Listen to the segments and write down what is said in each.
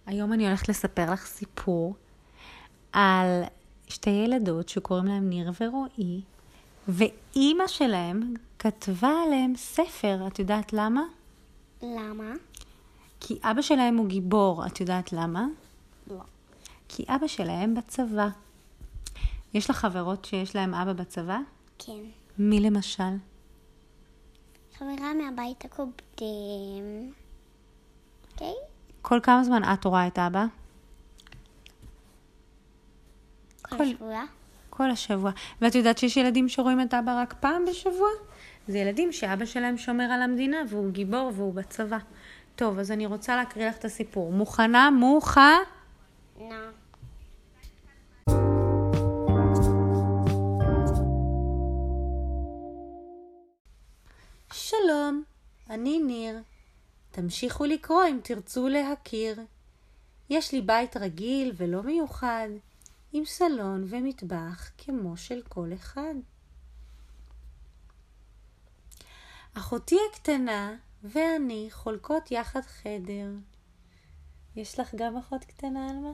היום אני הולכת לספר לך סיפור על שתי ילדות שקוראים להם ניר ורועי, ואימא שלהם כתבה עליהם ספר. את יודעת למה? למה? כי אבא שלהם הוא גיבור. את יודעת למה? לא. כי אבא שלהם בצבא. יש לך חברות שיש להם אבא בצבא? כן. מי למשל? חברה מהבית הקודם. אוקיי? כל כמה זמן את רואה את אבא? כל שבוע. כל השבוע. ואת יודעת שיש ילדים שרואים את אבא רק פעם בשבוע? זה ילדים שאבא שלהם שומר על המדינה והוא גיבור והוא בצבא. טוב, אז אני רוצה להקריא לך את הסיפור. מוכנה? שלום, אני ניר. תמשיכו לקרוא אם תרצו להכיר. יש לי בית רגיל ולא מיוחד, עם סלון ומטבח כמו של כל אחד. אחותי הקטנה ואני חולקות יחד חדר. יש לך גם אחות קטנה, אלמה?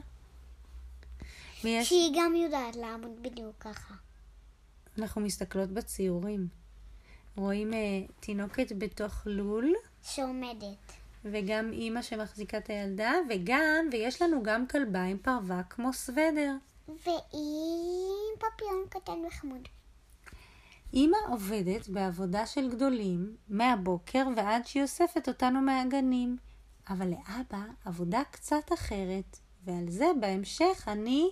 שהיא גם יודעת לעמוד בדיוק ככה. אנחנו מסתכלות בציורים. רואים תינוקת בתוך לול. שעומדת. וגם אימא שמחזיקה את הילדה, ויש לנו גם כלבה עם פרווה כמו סוודר. ועם פפיון קטן וחמוד. אימא עובדת בעבודה של גדולים מהבוקר ועד שהיא אוספת אותנו מהגנים. אבל לאבא עבודה קצת אחרת, ועל זה בהמשך אני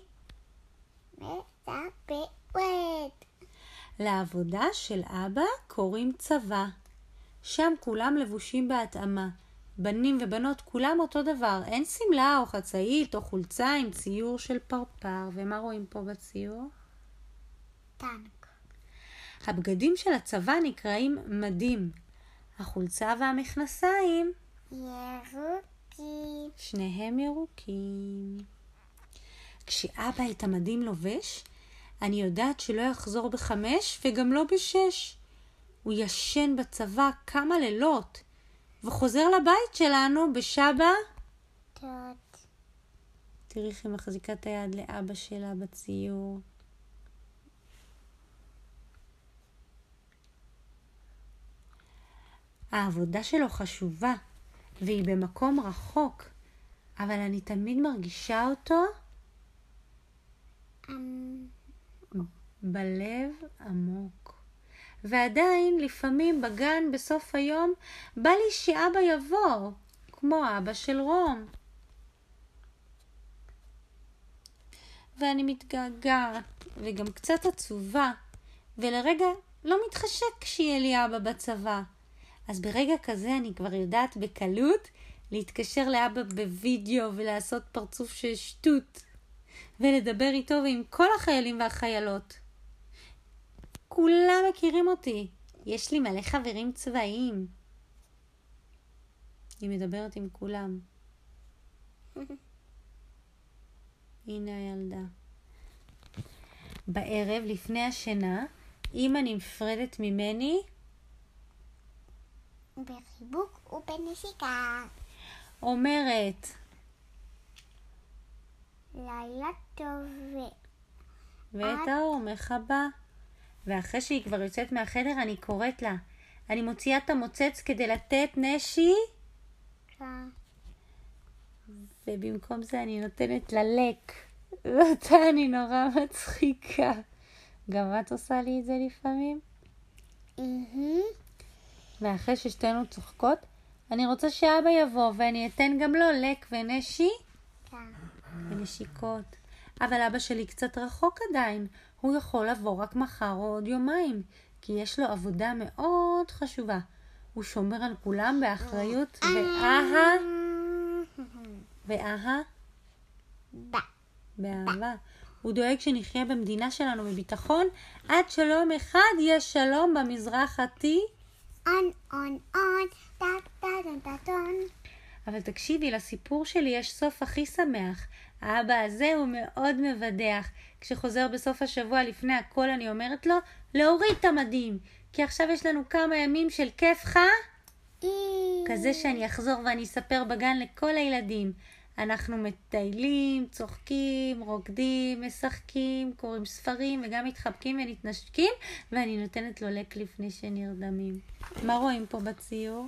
מספרת. לעבודה של אבא קוראים צבא. שם כולם לבושים בהתאמה. בנים ובנות כולם אותו דבר. אין סמלה או חצאית או חולצה עם ציור של פרפר. ומה רואים פה בציור? טנק. הבגדים של הצבא נקראים מדים. החולצה והמכנסיים ירוקים. שניהם ירוקים. כשאבא את המדים לובש, אני יודעת שלא יחזור ב5 וגם לא ב6. הוא ישן בצבא כמה לילות, וחוזר לבית שלנו בשבא. תראי איך היא מחזיקה את היד לאבא שלה בציור. העבודה שלו חשובה, והיא במקום רחוק, אבל אני תמיד מרגישה אותו בלב עמוק. ועדיין לפעמים בגן בסוף היום בא לי שאבא יבוא, כמו אבא של רום. ואני מתגעגעת וגם קצת עצובה, ולרגע לא מתחשק כשיהיה לי אבא בצבא. אז ברגע כזה אני כבר יודעת בקלות להתקשר לאבא בווידאו ולעשות פרצוף של שטות, ולדבר איתו ועם כל החיילים והחיילות. כולם מכירים אותי. יש לי מלא חברים צבאיים. היא מדברת עם כולם. הנה הילדה. בערב לפני השינה, אמא נפרדת ממני בחיבוק ובנשיקה. אומרת לילה טוב ואת האור מכבה. ואחרי שהיא כבר יוצאת מהחדר אני קוראת לה. אני מוציאה את המוצץ כדי לתת נשי, ובמקום זה אני נותנת לה לק. ואותה אני נורא מצחיקה. גם את עושה לי את זה לפעמים? ואחרי ששתינו צוחקות, אני רוצה שאבא יבוא ואני אתן גם לו לק ונשי ונשיקות. אבל אבא שלי קצת רחוק עדיין. הוא יכול לבוא רק מחר או עוד יומיים, כי יש לו עבודה מאוד חשובה. הוא שומר על כולם באחריות באהבה. הוא דואג שנחיה במדינה שלנו בביטחון, עד שלום אחד יש שלום במזרח אבל תקשיבי, לסיפור שלי יש סוף הכי שמח. האבא הזה הוא מאוד מבדח. כשחוזר בסוף השבוע לפני הכל אני אומרת לו להוריד את המדים, כי עכשיו יש לנו כמה ימים של כיף כזה שאני אחזור ואני אספר בגן לכל הילדים. אנחנו מטיילים, צוחקים, רוקדים, משחקים, קוראים ספרים וגם מתחבקים ונתנשקים, ואני נותנת לו לק לפני שנרדמים. מה רואים פה בציור?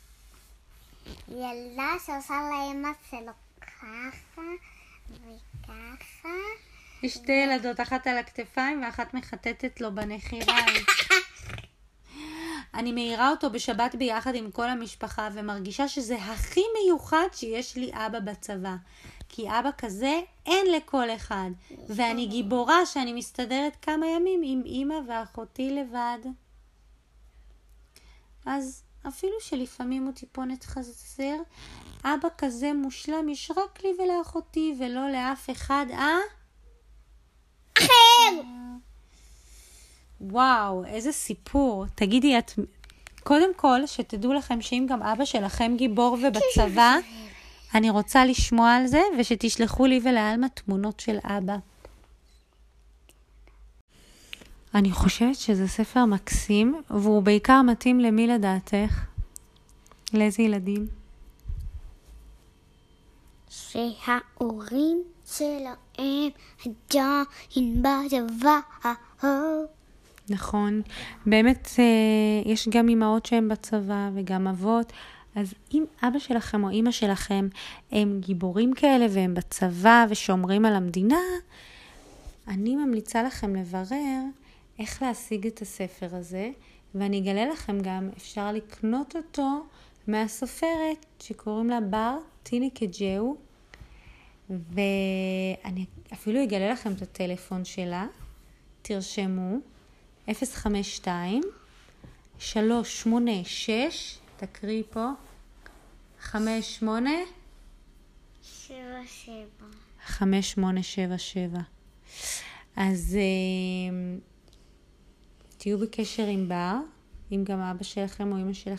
ילדה שעושה לאמא שלו ככה וככה. יש שתי ילדות, אחת על הכתפיים ואחת מחטטת לו בנחיריים. אני מאירה אותו בשבת ביחד עם כל המשפחה ומרגישה שזה הכי מיוחד שיש לי אבא בצבא. כי אבא כזה אין לכל אחד. ואני גיבורה שאני מסתדרת כמה ימים עם אמא ואחותי לבד. אז אפילו שלפעמים הוא טיפונת חסר, אבא כזה מושלם יש רק לי ולאחותי ולא לאף אחד, אחר! וואו, איזה סיפור. תגידי, קודם כל, שתדעו לכם שאם גם אבא שלכם גיבור ובצבא, אני רוצה לשמוע על זה, ושתשלחו לי ולאלמה תמונות של אבא. אני חושבת שזה ספר מקסים, והוא בעיקר מתאים למי לדעתך? לאיזה ילדים? שההורים שלהם עדיין בצבא. נכון, באמת יש גם אמהות שהן בצבא וגם אבות, אז אם אבא שלכם או אמא שלכם הם גיבורים כאלה והם בצבא ושומרים על המדינה, אני ממליצה לכם לברר איך להשיג את הספר הזה, ואני אגלה לכם גם, אפשר לקנות אותו מהסופרת שקוראים לה בר טיניקה ג'ו, ואני אפילו אגלה לכם את הטלפון שלה, תרשמו, 052-386, תקריא פה, 5877. אז תהיו בקשר עם בר, אם גם אבא שלכם או אמא שלכם